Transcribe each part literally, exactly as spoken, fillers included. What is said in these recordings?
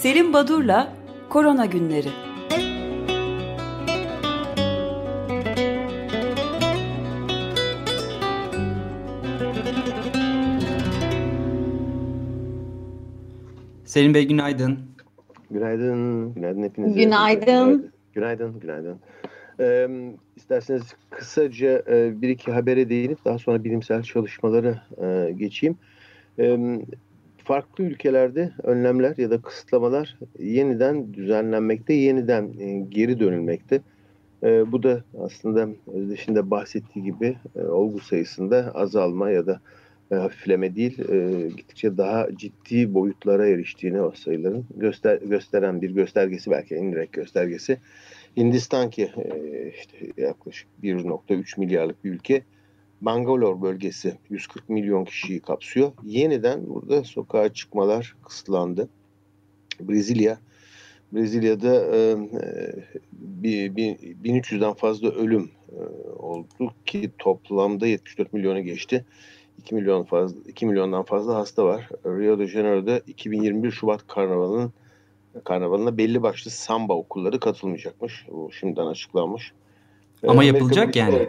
Selim Badur'la Korona Günleri. Selim Bey günaydın. Günaydın, günaydın hepinize. Günaydın. Günaydın, günaydın. Ee, isterseniz kısaca e, bir iki habere değinip daha sonra bilimsel çalışmalara e, geçeyim. Ee, farklı ülkelerde önlemler ya da kısıtlamalar yeniden düzenlenmekte, yeniden e, geri dönülmekte. E, bu da aslında Özdeş'in de bahsettiği gibi e, olgu sayısında azalma ya da e, hafifleme değil, e, gittikçe daha ciddi boyutlara eriştiğini o sayıların göster gösteren bir göstergesi, belki en direkt göstergesi. Hindistan ki e, işte yaklaşık bir nokta üç milyarlık bir ülke, Bangalore bölgesi yüz kırk milyon kişiyi kapsıyor. Yeniden burada sokağa çıkmalar kısıtlandı. Brezilya Brezilya'da e, bir, bir, bin üç yüzden fazla ölüm e, oldu ki toplamda yetmiş dört milyonu geçti. iki milyon fazla iki milyondan fazla hasta var. Rio de Janeiro'da iki bin yirmi bir Şubat Karnavalı'nın karnavalına belli başlı samba okulları katılmayacakmış. Bu şimdiden açıklanmış. Ama e, yapılacak yani.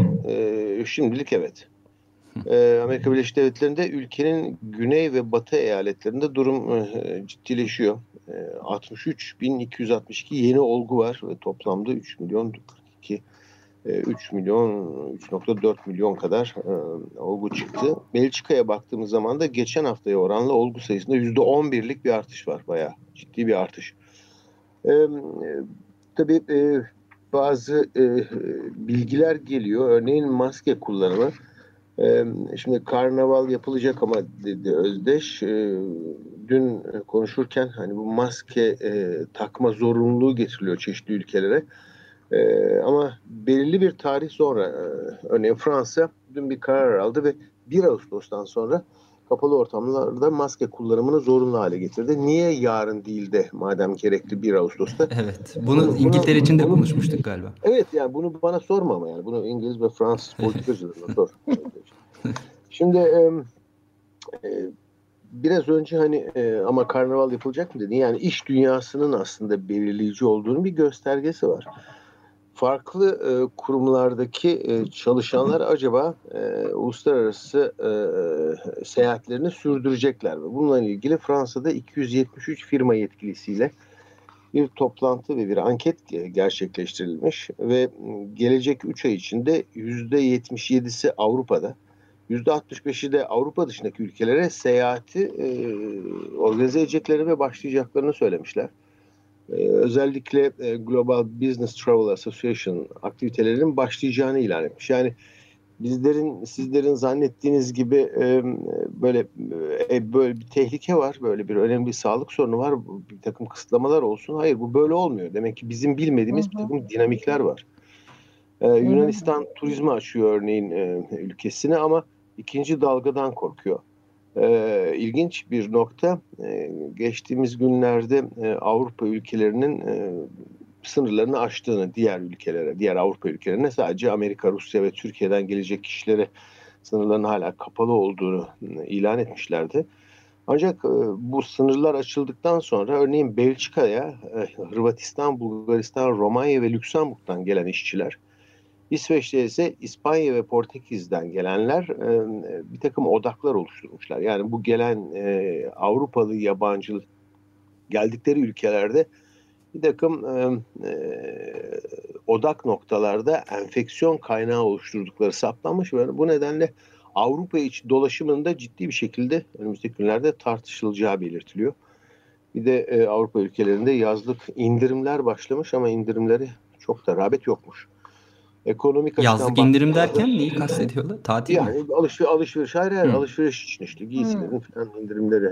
E, şimdilik evet. E, Amerika Birleşik Devletleri'nde ülkenin güney ve batı eyaletlerinde durum e, ciddileşiyor. E, altmış üç bin iki yüz altmış iki yeni olgu var ve toplamda üç milyon kırk iki e, üç milyon üç nokta dört milyon kadar e, olgu çıktı. Belçika'ya baktığımız zaman da geçen haftaya oranla olgu sayısında yüzde on birlik bir artış var. Bayağı ciddi bir artış. E, e, tabii e, bazı e, bilgiler geliyor. Örneğin maske kullanımı. Ee, şimdi karnaval yapılacak ama dedi Özdeş. Ee, dün konuşurken hani bu maske e, takma zorunluluğu getiriliyor çeşitli ülkelere. Ee, ama belirli bir tarih sonra, e, örneğin Fransa dün bir karar aldı ve bir Ağustos'tan sonra kapalı ortamlarda maske kullanımını zorunlu hale getirdi. Niye yarın değil de madem gerekli bir Ağustos'ta? Evet. Bunu, bunu İngiltere için de bunu, konuşmuştuk galiba. Evet, yani bunu bana sorma ama yani bunu İngiliz ve Fransız politikacılarına sor. Şimdi e, e, biraz önce hani e, ama karnaval yapılacak mı dedi. Yani iş dünyasının aslında belirleyici olduğunun bir göstergesi var. Farklı e, kurumlardaki e, çalışanlar acaba e, uluslararası e, seyahatlerini sürdürecekler mi? Bununla ilgili Fransa'da iki yüz yetmiş üç firma yetkilisiyle bir toplantı ve bir anket gerçekleştirilmiş ve gelecek üç ay içinde yüzde yetmiş yedisi Avrupa'da, yüzde altmış beşi de Avrupa dışındaki ülkelere seyahati e, organize edeceklerini ve başlayacaklarını söylemişler. E, özellikle e, Global Business Travel Association aktivitelerinin başlayacağını ilan etmiş. Yani bizlerin, sizlerin zannettiğiniz gibi e, böyle e, böyle bir tehlike var, böyle bir önemli bir sağlık sorunu var, bir takım kısıtlamalar olsun. Hayır, bu böyle olmuyor. Demek ki bizim bilmediğimiz bir takım dinamikler var. E, Yunanistan turizmi açıyor örneğin e, ülkesini ama ikinci dalgadan korkuyor. E, ilginç bir nokta, e, geçtiğimiz günlerde e, Avrupa ülkelerinin e, sınırlarını aştığını, diğer ülkelere, diğer Avrupa ülkelerine, sadece Amerika, Rusya ve Türkiye'den gelecek kişilere sınırların hala kapalı olduğunu ilan etmişlerdi. Ancak e, bu sınırlar açıldıktan sonra örneğin Belçika'ya, e, Hırvatistan, Bulgaristan, Romanya ve Lüksemburg'dan gelen işçiler, İsveç'te ise İspanya ve Portekiz'den gelenler e, bir takım odaklar oluşturmuşlar. Yani bu gelen e, Avrupalı yabancı geldikleri ülkelerde bir takım e, e, odak noktalarda enfeksiyon kaynağı oluşturdukları saptanmış ve bu nedenle Avrupa içi dolaşımında ciddi bir şekilde önümüzdeki günlerde tartışılacağı belirtiliyor. Bir de e, Avrupa ülkelerinde yazlık indirimler başlamış ama indirimleri çok da rağbet yokmuş. Ekonomik yazlık indirim derken neyi kastediyorlar? Tatil yani mi? alışveriş, alışveriş, hayır hayır, alışveriş için işte giysilerin falan indirimleri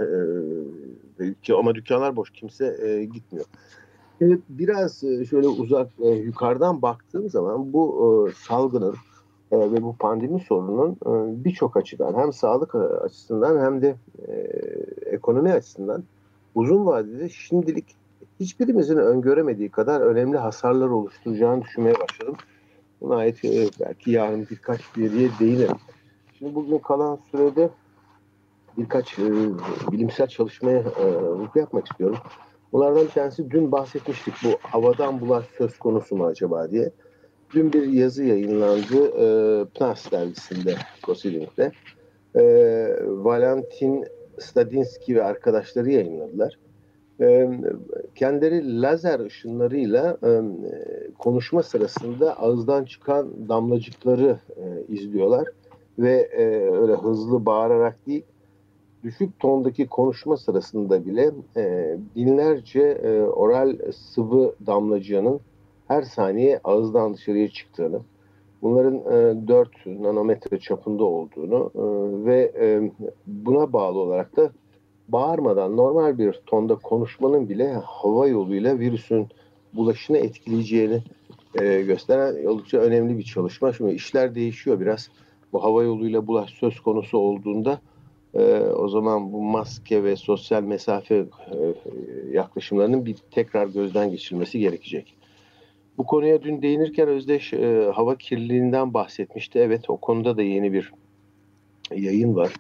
e, ama dükkanlar boş, kimse e, gitmiyor. Evet, biraz şöyle uzak e, yukarıdan baktığım zaman bu e, salgının e, ve bu pandemi sorununun e, birçok açıdan, hem sağlık açısından hem de e, ekonomi açısından uzun vadede şimdilik hiçbirimizin öngöremediği kadar önemli hasarlar oluşturacağını düşünmeye başladım. Buna ait e, belki yarın birkaç veriye değinelim. Şimdi bugün kalan sürede birkaç e, bilimsel çalışmaya e, vurgu yapmak istiyorum. Bunlardan bir tanesi dün bahsetmiştik. Bu havadan bulaş söz konusu mu acaba diye. Dün bir yazı yayınlandı e, P N A S dergisinde, Proceeding'de. E, Valentin Stadinsky ve arkadaşları yayınladılar. E, kendileri lazer ışınlarıyla e, konuşma sırasında ağızdan çıkan damlacıkları e, izliyorlar. Ve e, öyle hızlı bağırarak değil, düşük tondaki konuşma sırasında bile e, binlerce e, oral sıvı damlacığının her saniye ağızdan dışarıya çıktığını, bunların e, dört nanometre çapında olduğunu e, ve e, buna bağlı olarak da bağırmadan normal bir tonda konuşmanın bile hava yoluyla virüsün bulaşını etkileyeceğini e, gösteren oldukça önemli bir çalışma. Şimdi işler değişiyor biraz. Bu hava yoluyla bulaş söz konusu olduğunda e, o zaman bu maske ve sosyal mesafe e, yaklaşımlarının bir tekrar gözden geçirilmesi gerekecek. Bu konuya dün değinirken Özdeş e, hava kirliliğinden bahsetmişti. Evet, o konuda da yeni bir yayın var.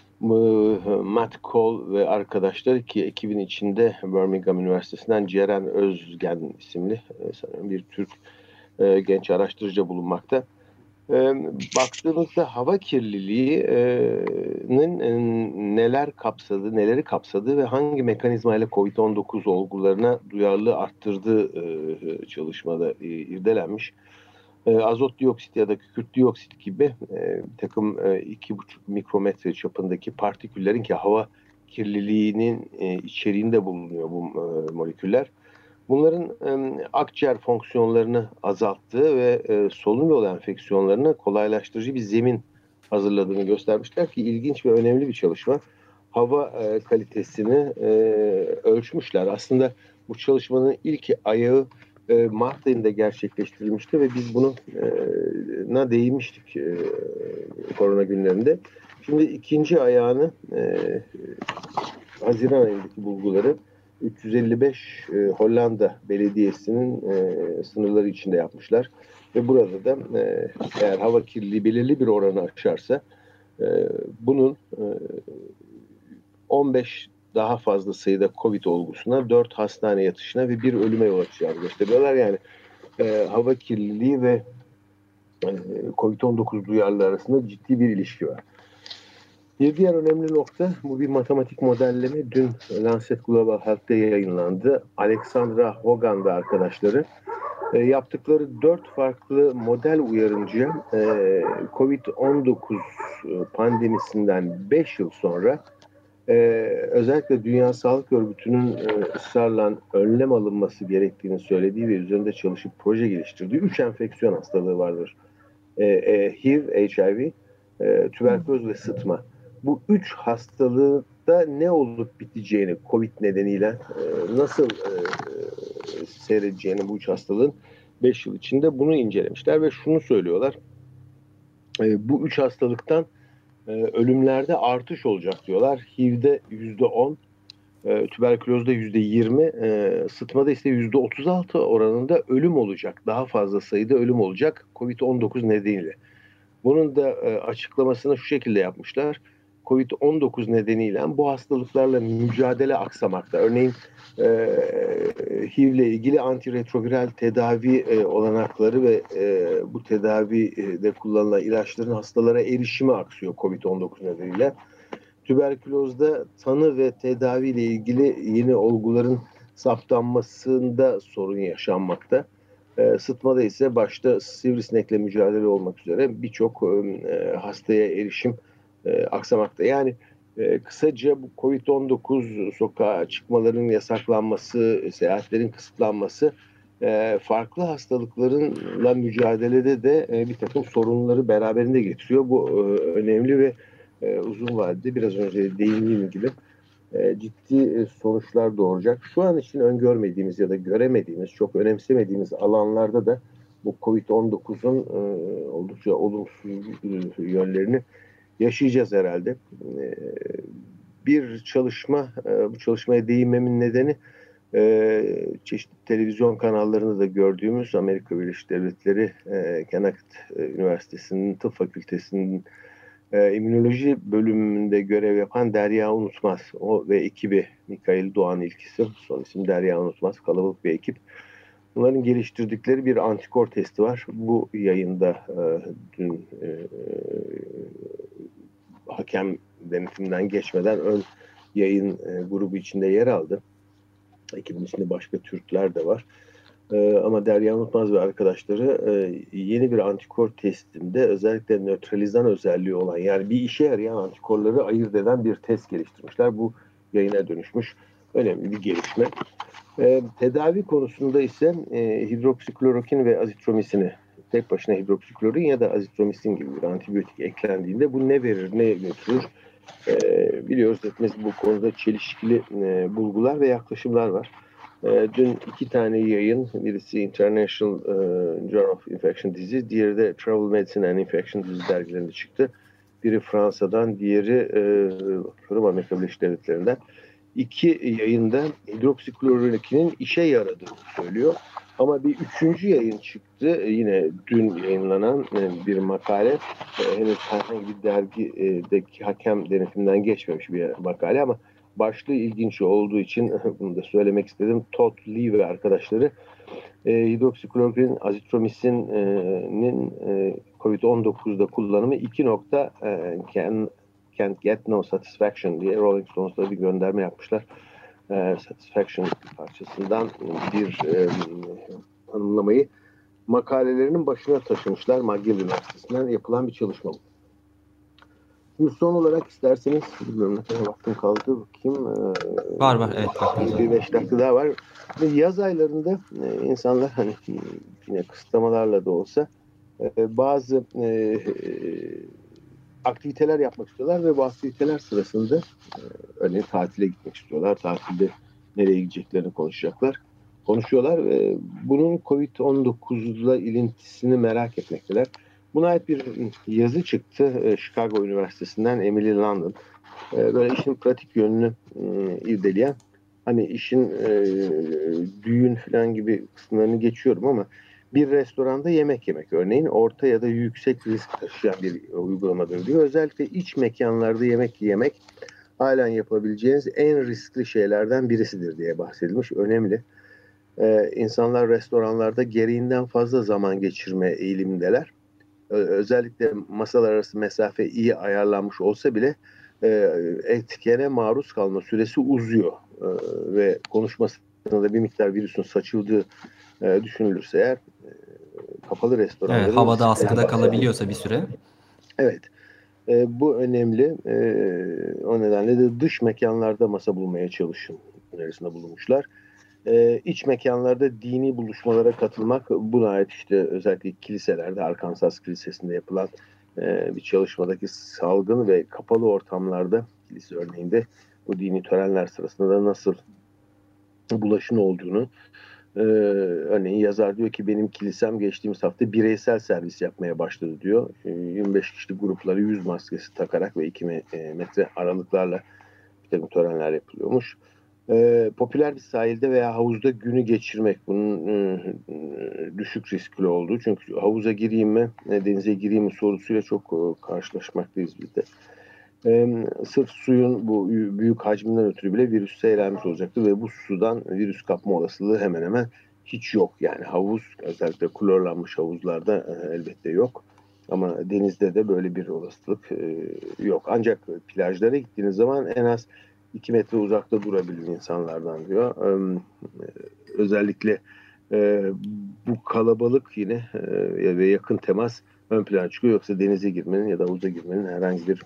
Matt Cole ve arkadaşları, ki ekibin içinde Birmingham Üniversitesi'nden Ceren Özgen isimli sanırım bir Türk e, genç araştırıcı bulunmakta. E, baktığımızda hava kirliliğinin e, neler kapsadığı, neleri kapsadığı ve hangi mekanizmayla kovid on dokuz olgularına duyarlılığı arttırdığı e, çalışmada e, irdelenmiş. E, azot dioksit ya da kükürt dioksit gibi e, bir takım e, iki buçuk mikrometre çapındaki partiküllerin, ki hava kirliliğinin e, içeriğinde bulunuyor bu e, moleküller. Bunların e, akciğer fonksiyonlarını azalttığı ve e, solunum yolu enfeksiyonlarını kolaylaştırıcı bir zemin hazırladığını göstermişler ki ilginç ve önemli bir çalışma. Hava e, kalitesini e, ölçmüşler. Aslında bu çalışmanın ilk ayağı e, Mart ayında gerçekleştirilmişti ve biz buna değinmiştik e, korona günlerinde. Şimdi ikinci ayağını e, Haziran ayındaki bulguları üç yüz elli beş e, Hollanda Belediyesi'nin e, sınırları içinde yapmışlar. Ve burada da e, eğer hava kirliliği belirli bir oranı aşarsa e, bunun e, on beş daha fazla sayıda Covid olgusuna, dört hastane yatışına ve bir ölüme yol açacağını gösteriyorlar. Yani e, hava kirliliği ve e, kovid on dokuz duyarlılığı arasında ciddi bir ilişki var. Bir diğer önemli nokta, bu bir matematik modelleme. Dün Lancet Global Health'te yayınlandı. Alexandra Hogan ve arkadaşları e, yaptıkları dört farklı model uyarınca e, kovid on dokuz pandemisinden beş yıl sonra e, özellikle Dünya Sağlık Örgütü'nün e, ısrarla önlem alınması gerektiğini söylediği ve üzerinde çalışıp proje geliştirdiği üç enfeksiyon hastalığı vardır. E, e, H I V, H I V, e, tüberküloz ve sıtma. Bu üç hastalıkta ne olup biteceğini, Covid nedeniyle e, nasıl e, seyredeceğini bu üç hastalığın beş yıl içinde bunu incelemişler ve şunu söylüyorlar. E, bu üç hastalıktan e, ölümlerde artış olacak diyorlar. H I V'de yüzde on, e, tüberkülozda yüzde yirmi, e, sıtmada ise yüzde otuz altı oranında ölüm olacak. Daha fazla sayıda ölüm olacak kovid on dokuz nedeniyle. Bunun da e, açıklamasını şu şekilde yapmışlar. kovid on dokuz nedeniyle bu hastalıklarla mücadele aksamakta. Örneğin e, H I V ile ilgili antiretroviral tedavi e, olanakları ve e, bu tedavide kullanılan ilaçların hastalara erişimi aksıyor kovid on dokuz nedeniyle. Tüberkülozda tanı ve tedavi ile ilgili yeni olguların saptanmasında sorun yaşanmakta. E, sıtmada ise başta sivrisinekle mücadele olmak üzere birçok e, hastaya erişim e, aksamakta. Yani e, kısaca bu kovid on dokuz sokağa çıkmaların yasaklanması, seyahatlerin kısıtlanması e, farklı hastalıklarla mücadelede de e, bir takım sorunları beraberinde getiriyor. Bu e, önemli ve e, uzun vadede biraz önce değindiğim gibi e, ciddi sonuçlar doğuracak. Şu an için öngörmediğimiz ya da göremediğimiz, çok önemsemediğimiz alanlarda da bu kovid on dokuzun e, oldukça olumsuz e, yönlerini yaşayacağız herhalde. E, bir çalışma, e, bu çalışmaya değinmemin nedeni e, çeşitli televizyon kanallarında da gördüğümüz Amerika Birleşik Devletleri e, Connecticut Üniversitesi'nin Tıp Fakültesi'nin e, immünoloji bölümünde görev yapan Derya Unutmaz. O ve ekibi, Mikail Doğan ilk isim, son isim Derya Unutmaz, kalabalık bir ekip. Bunların geliştirdikleri bir antikor testi var. Bu yayında e, dün e, hakem denetimden geçmeden ön yayın e, grubu içinde yer aldı. Ekibin içinde başka Türkler de var. E, ama Derya Unutmaz ve arkadaşları e, yeni bir antikor testinde özellikle nötralizan özelliği olan, yani bir işe yarayan antikorları ayırt eden bir test geliştirmişler. Bu yayına dönüşmüş. Önemli bir gelişme. E, tedavi konusunda ise e, hidroksiklorokin ve azitromisini, tek başına hidroksiklorin ya da azitromisin gibi bir antibiyotik eklendiğinde bu ne verir, ne götürür? E, biliyoruz hepimiz bu konuda çelişkili e, bulgular ve yaklaşımlar var. E, dün iki tane yayın, birisi International e, Journal of Infectious Disease, diğeri de Travel Medicine and Infectious Disease dergilerinde çıktı. Biri Fransa'dan, diğeri e, Amerika Birleşik Devletleri'nden. İki yayında hidroksiklorokin'in işe yaradığını söylüyor. Ama bir üçüncü yayın çıktı. Yine dün yayınlanan bir makale. Henüz herhangi bir dergideki hakem denetiminden geçmemiş bir makale ama başlığı ilginç olduğu için bunu da söylemek istedim. Todd Lee ve arkadaşları hidroksiklorokin, azitromisin'in kovid on dokuzda kullanımı iki nokta can't get no satisfaction diye Rolling Stones'da bir gönderme yapmışlar. E, satisfaction parçasından bir e, tanımlamayı makalelerinin başına taşımışlar. McGill Üniversitesi'nden yapılan bir çalışma bu. Şimdi son olarak isterseniz, bilmiyorum ne kadar vaktim kaldı, bakayım. E, var var evet vaktimiz bir beş dakika daha var. Yaz aylarında e, insanlar hani yine kısıtlamalarla da olsa e, bazı e, aktiviteler yapmak istiyorlar ve bu aktiviteler sırasında e, örneğin tatile gitmek istiyorlar. Tatilde nereye gideceklerini konuşacaklar. Konuşuyorlar ve bunun kovid on dokuzla ilintisini merak etmekteler. Buna ait bir yazı çıktı e, Chicago Üniversitesi'nden Emily London. E, böyle işin pratik yönünü e, irdeleyen, hani işin e, düğün falan gibi kısımlarını geçiyorum ama bir restoranda yemek yemek örneğin orta ya da yüksek risk taşıyan bir uygulamadır diyor. Özellikle iç mekanlarda yemek yemek halen yapabileceğiniz en riskli şeylerden birisidir diye bahsedilmiş. Önemli. Ee, insanlar restoranlarda gereğinden fazla zaman geçirme eğilimindeler. Ee, özellikle masalar arası mesafe iyi ayarlanmış olsa bile e, etkene maruz kalma süresi uzuyor. Ee, ve konuşmasında da bir miktar virüsün saçıldığı e, düşünülürse eğer e, kapalı restoranların evet, havada riskleri askıda bahsediyor. kalabiliyorsa bir süre. Evet. E, bu önemli. E, o nedenle de dış mekanlarda masa bulmaya çalışın önerisinde bulunmuşlar. E, iç mekanlarda dini buluşmalara katılmak, buna ait işte özellikle kiliselerde, Arkansas Kilisesi'nde yapılan e, bir çalışmadaki salgın ve kapalı ortamlarda, kilise örneğinde bu dini törenler sırasında da nasıl bulaşın olduğunu, Ee, örneğin yazar diyor ki benim kilisem geçtiğimiz hafta bireysel servis yapmaya başladı diyor. Ee, yirmi beş kişilik grupları yüz maskesi takarak ve iki metre aralıklarla bir takım törenler yapılıyormuş. Ee, popüler bir sahilde veya havuzda günü geçirmek bunun e, düşük riskli olduğu. Çünkü havuza gireyim mi, denize gireyim mi sorusuyla çok e, karşılaşmaktayız biz de. Ee, sırf suyun bu büyük hacminden ötürü bile virüs seyrelmiş olacaktır ve bu sudan virüs kapma olasılığı hemen hemen hiç yok. Yani havuz, özellikle klorlanmış havuzlarda e, elbette yok. Ama denizde de böyle bir olasılık e, yok. Ancak plajlara gittiğiniz zaman en az iki metre uzakta durabilin insanlardan diyor. Ee, özellikle e, bu kalabalık yine e, ve yakın temas ön plana çıkıyor. Yoksa denize girmenin ya da havuza girmenin herhangi bir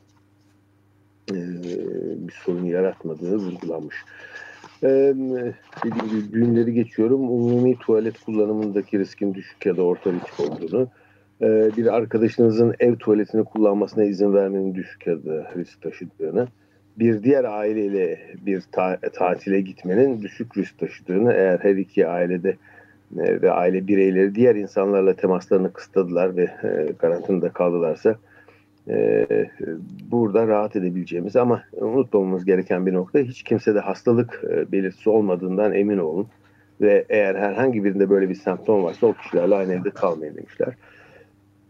bir sorun yaratmadığı vurgulanmış. Ee, dediğim gibi düğünleri geçiyorum. Umumi tuvalet kullanımındaki riskin düşük ya da orta risk olduğunu, e, bir arkadaşınızın ev tuvaletini kullanmasına izin vermenin düşük ya da risk taşıdığını, bir diğer aileyle bir ta- tatile gitmenin düşük risk taşıdığını, eğer her iki ailede e, ve aile bireyleri diğer insanlarla temaslarını kısıtladılar ve e, karantinada kaldılarsa Ee, burada rahat edebileceğimiz, ama unutmamamız gereken bir nokta, hiç kimsede hastalık e, belirtisi olmadığından emin olun ve eğer herhangi birinde böyle bir semptom varsa o kişilerle aynı evde kalmayın demişler.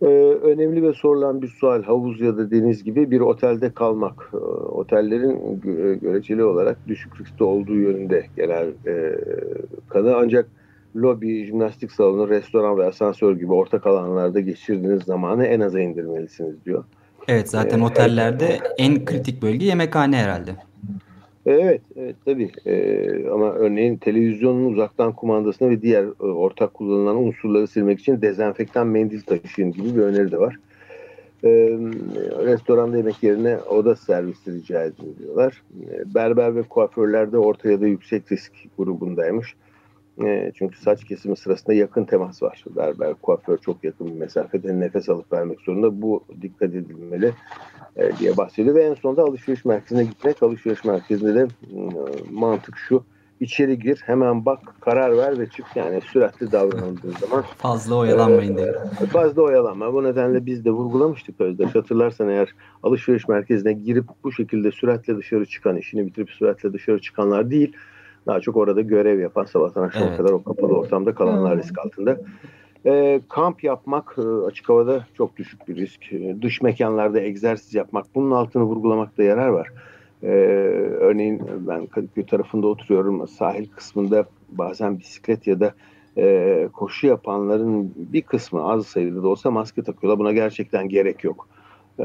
Ee, önemli ve sorulan bir sual, havuz ya da deniz gibi bir otelde kalmak. Ee, otellerin göreceli olarak düşük riskte olduğu yönünde genel e, kanı. Ancak lobi, jimnastik salonu, restoran ve asansör gibi ortak alanlarda geçirdiğiniz zamanı en aza indirmelisiniz diyor. Evet, zaten ee, otellerde evet. En kritik bölge yemekhane herhalde. Evet, evet tabii. Ee, ama örneğin televizyonun uzaktan kumandasını ve diğer e, ortak kullanılan unsurları silmek için dezenfektan mendil taşıyın gibi bir öneri de var. Ee, restoranda yemek yerine oda servisi rica edin diyorlar. Ee, berber ve kuaförler de orta ya da yüksek risk grubundaymış. Ee, çünkü saç kesimi sırasında yakın temas var. Berber, kuaför çok yakın bir mesafede nefes alıp vermek zorunda. Bu dikkat edilmeli e, diye bahsediyor. Ve en sonunda alışveriş merkezine gitmek. Alışveriş merkezinde de e, mantık şu. İçeri gir, hemen bak, karar ver ve çık. Yani süratli davranıldığı zaman. Fazla oyalanmayın diye. E, fazla oyalanma. Bu nedenle biz de vurgulamıştık Özdeş. Hatırlarsan eğer alışveriş merkezine girip bu şekilde süratle dışarı çıkan, işini bitirip süratle dışarı çıkanlar değil, daha çok orada görev yapan, sabahtan akşama evet. kadar o kapalı ortamda kalanlar risk altında. E, kamp yapmak e, açık havada çok düşük bir risk. E, dış mekanlarda egzersiz yapmak, bunun altını vurgulamakta yarar var. E, örneğin ben Kadıköy tarafında oturuyorum. Sahil kısmında bazen bisiklet ya da e, koşu yapanların bir kısmı, az sayıda da olsa maske takıyorlar. Buna gerçekten gerek yok. E,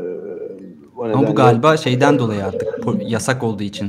bu Ama bu galiba şeyden dolayı artık yasak olduğu için.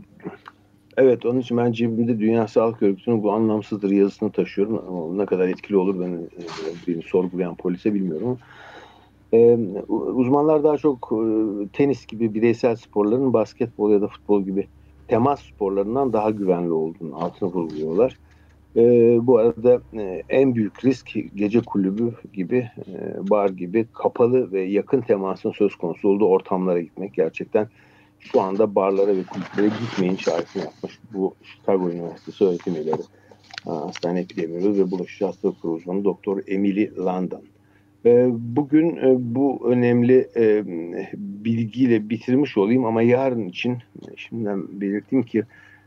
Evet, onun için ben cebimde Dünya Sağlık Örgütü'nün bu anlamsızdır yazısını taşıyorum. Ama ne kadar etkili olur ben beni sorgulayan polise bilmiyorum. Ee, uzmanlar daha çok e, tenis gibi bireysel sporların basketbol ya da futbol gibi temas sporlarından daha güvenli olduğunu altını vurguluyorlar. Ee, bu arada e, en büyük risk gece kulübü gibi, e, bar gibi kapalı ve yakın temasın söz konusu olduğu ortamlara gitmek. Gerçekten şu anda barlara ve kulüplere gitmeyin çağrısını yapmış bu Chicago Üniversitesi öğretim üyeleri, hastane epidemiyoloğu ve bulaşıcı hastalıkları uzmanı Doktor Emily London. Bugün bu önemli bilgiyle bitirmiş olayım ama yarın için şimdiden belirteyim ki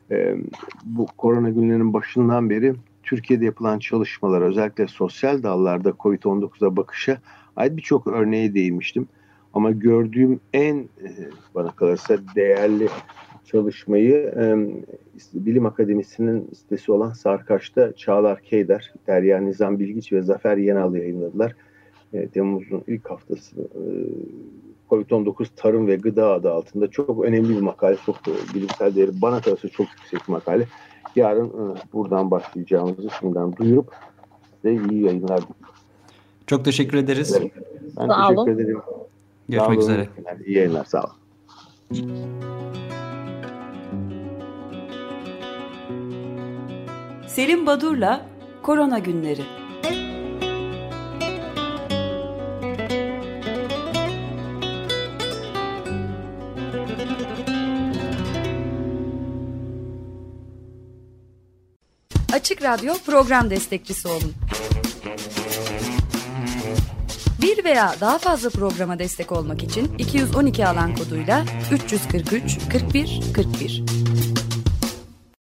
bu korona günlerinin başından beri Türkiye'de yapılan çalışmalar, özellikle sosyal dallarda kovid on dokuza bakışa ait birçok örneğe değinmiştim. Ama gördüğüm en bana kalırsa değerli çalışmayı Bilim Akademisi'nin sitesi olan Sarkaç'ta Çağlar Keyder, Derya Nizam Bilgiç ve Zafer Yenal yayınladılar. Temmuz'un ilk haftası kovid on dokuz Tarım ve Gıda adı altında çok önemli bir makale, çok bilimsel değeri bana kalırsa çok yüksek bir makale. Yarın buradan başlayacağımızı şimdiden duyurup size iyi yayınlar diliyorum. Çok teşekkür ederiz. Ben sağ teşekkür olun. ederim. Görüşmek sağ üzere. İyi yayınlar, sağ olun. Selim Badur'la Korona Günleri. Açık Radyo program destekçisi olun. Bir veya daha fazla programa destek olmak için iki yüz on iki alan koduyla üç yüz kırk üç kırk bir kırk bir.